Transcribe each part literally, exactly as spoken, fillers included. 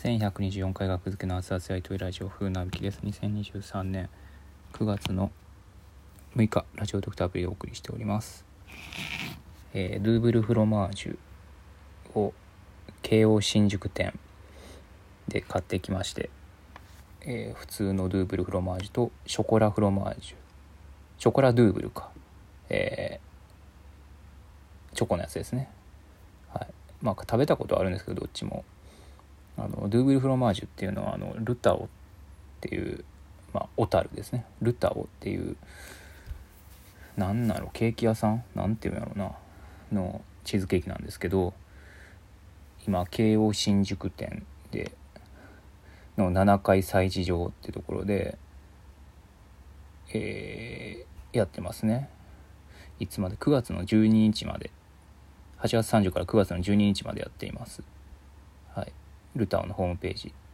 せんひゃくにじゅうよんかい学付けの熱々やりとりラジオ風なびきです。にせんにじゅうさんねんくがつのむいか、ラジオドクターアプリでお送りしております。えー、ルーブルフロマージュを京王新宿店で買ってきまして、えー、普通のルーブルフロマージュとショコラフロマージュ、ショコラドゥーブルか、えー、チョコのやつですね。はい、まあ食べたことはあるんですけど、どっちもあのドゥーブルフロマージュっていうのはあのルタオっていう、まあ、小樽ですね。ルタオっていうなんだろうケーキ屋さんなんていうんやろうなのチーズケーキなんですけど、今京王新宿店でのななかい催事場ってところで、えー、やってますね。いつまでくがつのじゅうににちまで、はちがつさんじゅうからくがつのじゅうににちまでやっています。はい、ルタオのホームページ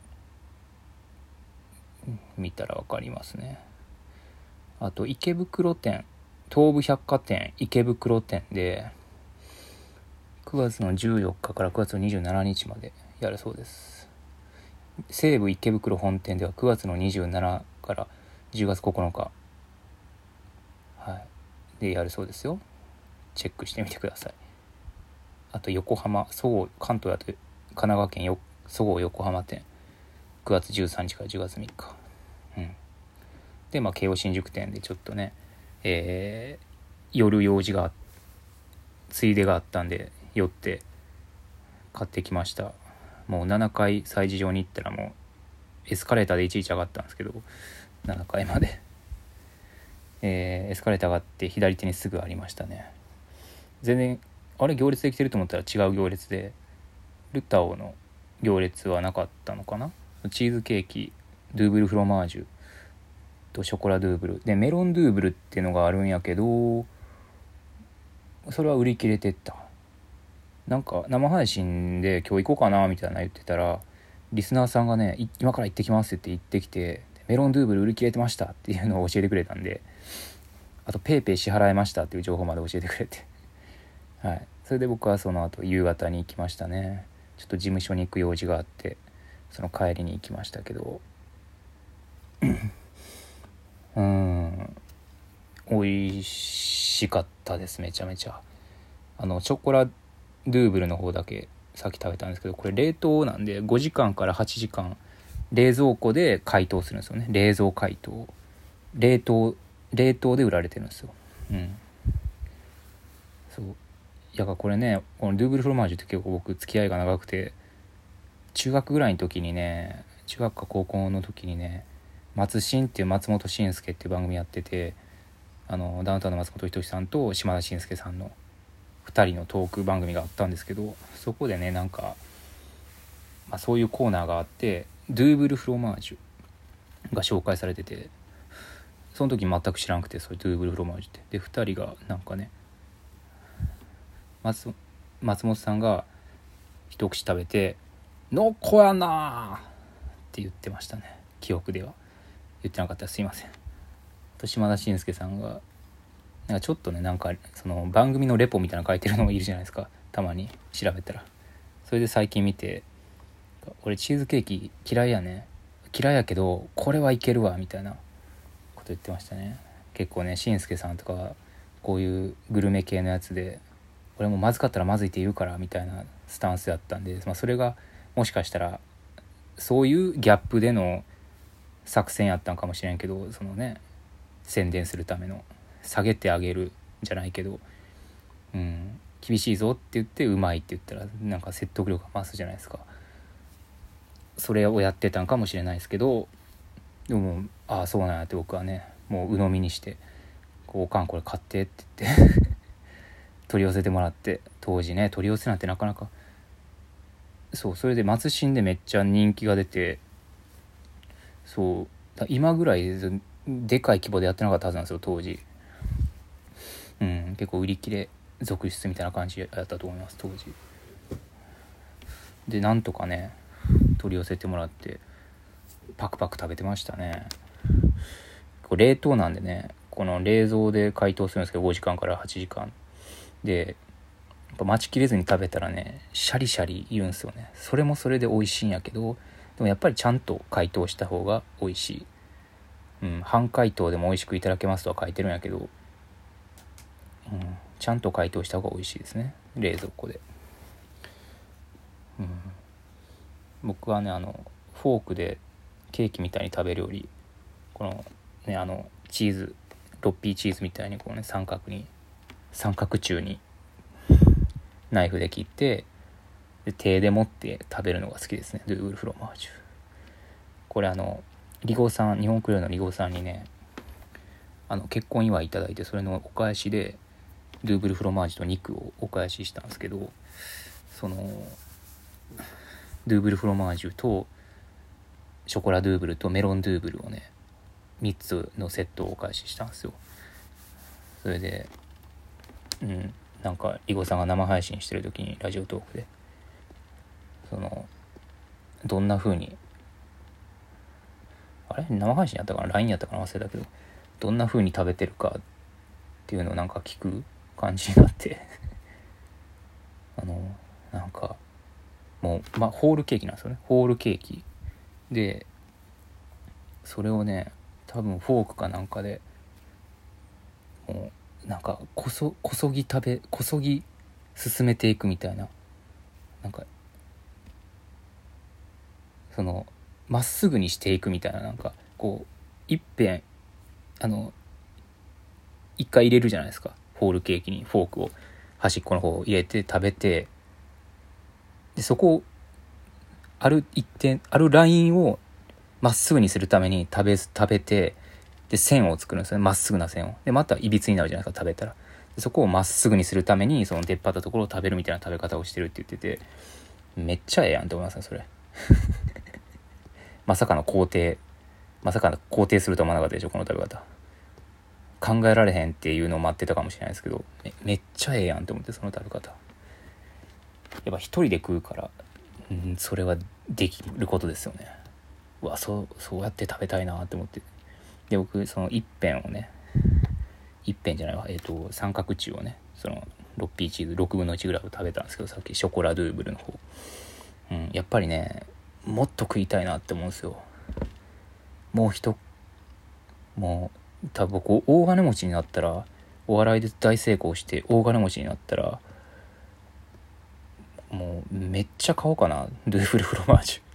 見たら分かりますね。あと池袋店、東武百貨店池袋店でくがつのじゅうよっかからくがつのにじゅうしちにちまでやるそうです。西武池袋本店ではくがつのにじゅうしちからじゅうがつここのか、はい、でやるそうですよ。チェックしてみてください。あと横浜、そごう関東だと神奈川県よそごう横浜店くがつじゅうさんにちからじゅうがつみっか、うん、でまあ京王新宿店でちょっとね、えー、夜用事がついでがあったんで寄って買ってきました。もうななかい催事場に行ったらもうエスカレーターでいちいち上がったんですけど、ななかいまで、えー、エスカレーター上がって左手にすぐありましたね。全然あれ行列できてると思ったら違う行列で、ルタオの行列はなかったのかな。チーズケーキドゥーブルフロマージュとショコラドゥーブルでメロンドゥーブルっていうのがあるんやけど、それは売り切れてた。なんか生配信で今日行こうかなみたいな言ってたら、リスナーさんがね今から行ってきますって言ってきて、メロンドゥーブル売り切れてましたっていうのを教えてくれたんで、あとペイペイ支払いましたっていう情報まで教えてくれてはい、それで僕はその後夕方に行きましたね。ちょっと事務所に行く用事があってその帰りに行きましたけどうーん美味しかったです。めちゃめちゃあのショコラドゥーブルの方だけさっき食べたんですけど、これ冷凍なんでごじかんからはちじかん冷蔵庫で解凍するんですよね。冷蔵解凍、冷凍冷凍で売られてるんですよ。うんそうやからこれね、このドゥーブルフロマージュって結構僕付き合いが長くて、中学ぐらいの時にね、中学か高校の時にね、松新っていう松本慎介っていう番組やってて、あのダウンタウンの松本人志さんと島田紳介さんのふたりのトーク番組があったんですけど、そこでねなんか、まあ、そういうコーナーがあってドゥーブルフロマージュが紹介されてて、その時全く知らなくて、それドゥーブルフロマージュってでふたりがなんかね、松, 松本さんが一口食べてのっこやなって言ってましたね。記憶では言ってなかったらすいません。と島田紳介さんがなんかちょっとね、なんかその番組のレポみたいなの書いてるのもいるじゃないですか、たまに調べたら。それで最近見て、俺チーズケーキ嫌いやね嫌いやけどこれはいけるわみたいなこと言ってましたね。結構ね、紳介さんとかこういうグルメ系のやつで俺もまずかったらまずいって言うからみたいなスタンスだったんで、まあ、それがもしかしたらそういうギャップでの作戦やったんかもしれんけど、そのね宣伝するための下げてあげるじゃないけど、うん、厳しいぞって言ってうまいって言ったらなんか説得力が増すじゃないですか。それをやってたんかもしれないですけど、でもああそうなんやって僕はねもう鵜呑みにしてこうおかんこれ買ってって言って取り寄せてもらって、当時ね取り寄せなんてなかなか、そうそれで松新でめっちゃ人気が出て、そう今ぐらいでかい規模でやってなかったはずなんですよ当時。うん結構売り切れ続出みたいな感じやったと思います当時で。なんとかね取り寄せてもらってパクパク食べてましたね。これ冷凍なんでね、この冷蔵で解凍するんですけどごじかんからはちじかんで、やっぱ待ちきれずに食べたらねシャリシャリ言うんですよね。それもそれで美味しいんやけど、 でもやっぱりちゃんと解凍した方が美味しい。うん、半解凍でも美味しくいただけますとは書いてるんやけど、うん、ちゃんと解凍した方が美味しいですね、冷蔵庫で。うん、僕はね、あのフォークでケーキみたいに食べるより、このね、あのチーズ、ロッピーチーズみたいにこうね、三角に三角柱にナイフで切って、で手で持って食べるのが好きですね、ドゥーブルフロマージュ。これあのリゴさん、日本クルーのリゴさんにね、あの結婚祝いいただいて、それのお返しでドゥーブルフロマージュと肉をお返ししたんですけど、そのドゥーブルフロマージュとショコラドゥーブルとメロンドゥーブルをね、みっつのセットをお返ししたんですよ。それで、うん、なんかリゴさんが生配信してる時にラジオトークで、そのどんな風に、あれ生配信やったかな、 ライン やったかな、忘れたけど、どんな風に食べてるかっていうのをなんか聞く感じになってあのなんかもう、まあ、ホールケーキなんですよね。ホールケーキで、それをね、多分フォークかなんかでもうなんかこそこそぎ食べこそぎ進めていくみたいな、なんかそのまっすぐにしていくみたいな、なんかこう一遍あの一回入れるじゃないですか、ホールケーキにフォークを端っこの方を入れて食べて、でそこをある一点あるラインをまっすぐにするために食べ食べて、で線を作るんですよね、まっすぐな線を。でまたいびつになるじゃないですか、食べたら。でそこをまっすぐにするためにその出っ張ったところを食べるみたいな食べ方をしてるって言ってて、めっちゃええやんって思いますね、それまさかの肯定まさかの肯定すると思わなかったでしょ、この食べ方。考えられへんっていうのを待ってたかもしれないですけど、 め, めっちゃええやんって思って、その食べ方。やっぱ一人で食うから、うん、それはできることですよね。うわ、そうそうやって食べたいなって思って。で僕その一辺をね、一辺じゃないわ、えっ、ー、と三角柱をね、そのロッピーチーズろくぶんのいちぐらいを食べたんですけど、さっきショコラドゥーブルの方、うん、やっぱりね、もっと食いたいなって思うんですよ。もう一もう多分僕大金持ちになったら、お笑いで大成功して大金持ちになったら、もうめっちゃ買おうかな、ドゥーブルフロマージュ。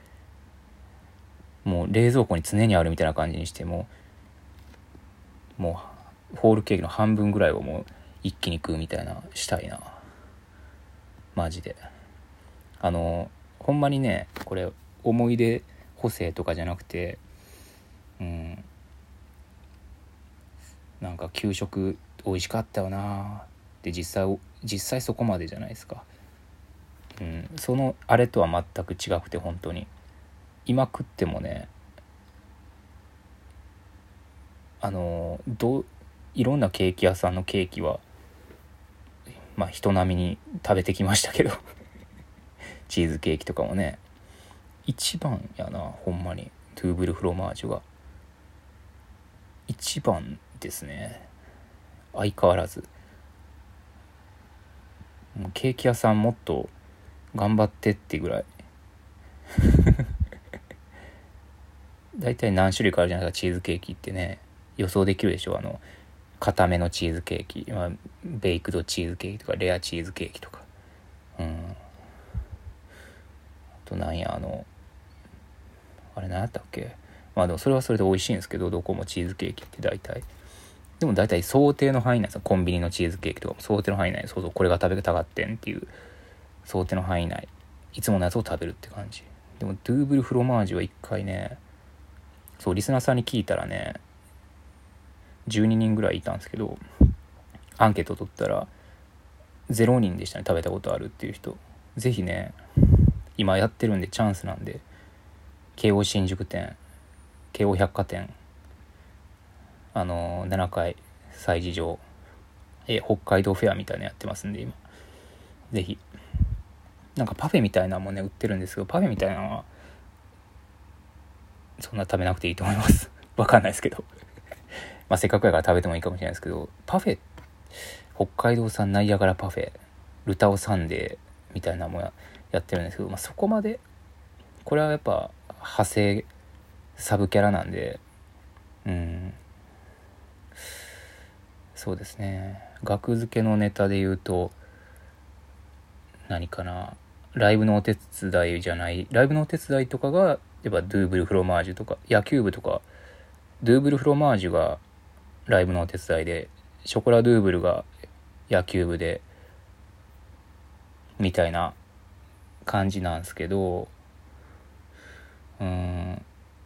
もう冷蔵庫に常にあるみたいな感じにして、もうもうホールケーキの半分ぐらいをもう一気に食うみたいなしたいな、マジで。あのほんまにね、これ思い出補正とかじゃなくて、うんなんか給食美味しかったよなって実際実際そこまでじゃないですか。うん、そのあれとは全く違くて、本当に今食ってもね、あのどいろんなケーキ屋さんのケーキはまあ人並みに食べてきましたけどチーズケーキとかもね、一番やな、ほんまにドゥーブルフロマージュが一番ですね、相変わらず。もうケーキ屋さんもっと頑張ってってぐらいだいたい何種類かあるじゃないですか、チーズケーキってね。予想できるでしょ、あの固めのチーズケーキ、まあ、ベイクドチーズケーキとかレアチーズケーキとか、うん、あとなんや、あのあれ何やったっけ、まあでもそれはそれで美味しいんですけど、どこもチーズケーキって大体でも大体想定の範囲内ですよ。コンビニのチーズケーキとかも想定の範囲内、そうそうこれが食べたがってんっていう想定の範囲内、いつものやつを食べるって感じ。でもドゥーブルフロマージュは一回ね、そうリスナーさんに聞いたらね、じゅうににんぐらいいたんですけど、アンケート取ったらゼロにんでしたね、食べたことあるっていう人。ぜひね、今やってるんでチャンスなんで、京王新宿店、京王百貨店、あのななかい催事場、え北海道フェアみたいなのやってますんで、今ぜひ。なんかパフェみたいなのもね売ってるんですけど、パフェみたいなのはそんな食べなくていいと思いますわかんないですけどまあせっかくやから食べてもいいかもしれないですけど、パフェ、北海道産ナイアガラパフェ、ルタオサンデーみたいなのも や, やってるんですけど、まあ、そこまでこれはやっぱ派生サブキャラなんで、うんそうですね。額付けのネタで言うと何かな、ライブのお手伝いじゃないライブのお手伝いとかがやっぱドゥーブルフロマージュとか、野球部とかドゥーブルフロマージュがライブのお手伝いで、ショコラドゥーブルが野球部でみたいな感じなんですけど、うーんや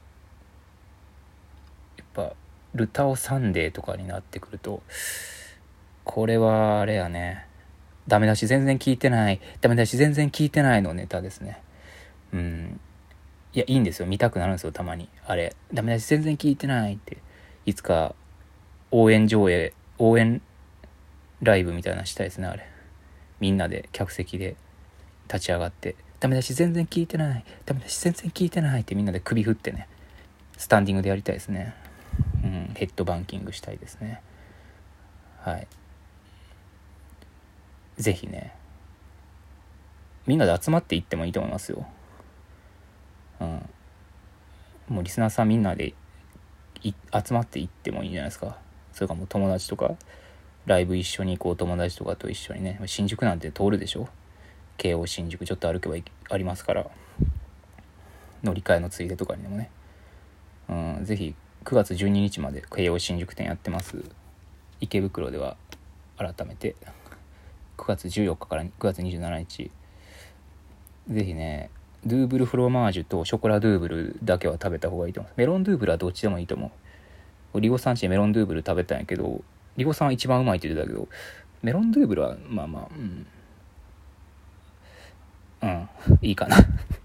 っぱルタオサンデーとかになってくると、これはあれやね、ダメ出し全然聞いてないダメ出し全然聞いてないのネタですね。うんいやいいんですよ、見たくなるんですよたまに。あれダメ出し全然聞いてないって、いつか応援上映応援ライブみたいなのしたいですね。あれみんなで客席で立ち上がって、ダメ出し全然聞いてないダメ出し全然聞いてないってみんなで首振ってね、スタンディングでやりたいですね。うん、ヘッドバンキングしたいですね。はい、ぜひねみんなで集まっていってもいいと思いますよ。うん、もうリスナーさんみんなで集まっていってもいいんじゃないですか。それかもう友達とかライブ一緒に行こう、友達とかと一緒にね、新宿なんて通るでしょ、京王新宿ちょっと歩けばありますから、乗り換えのついでとかにでもね、うん、ぜひくがつじゅうににちまで京王新宿店やってます。池袋では改めてくがつじゅうよっかからくがつにじゅうしちにち、ぜひねドゥーブルフロマージュとショコラドゥーブルだけは食べた方がいいと思う。メロンドゥーブルはどっちでもいいと思う。リゴさんちでメロンドゥーブル食べたんやけど、リゴさんは一番うまいって言ってたけど、メロンドゥーブルはまあまあうんうんいいかな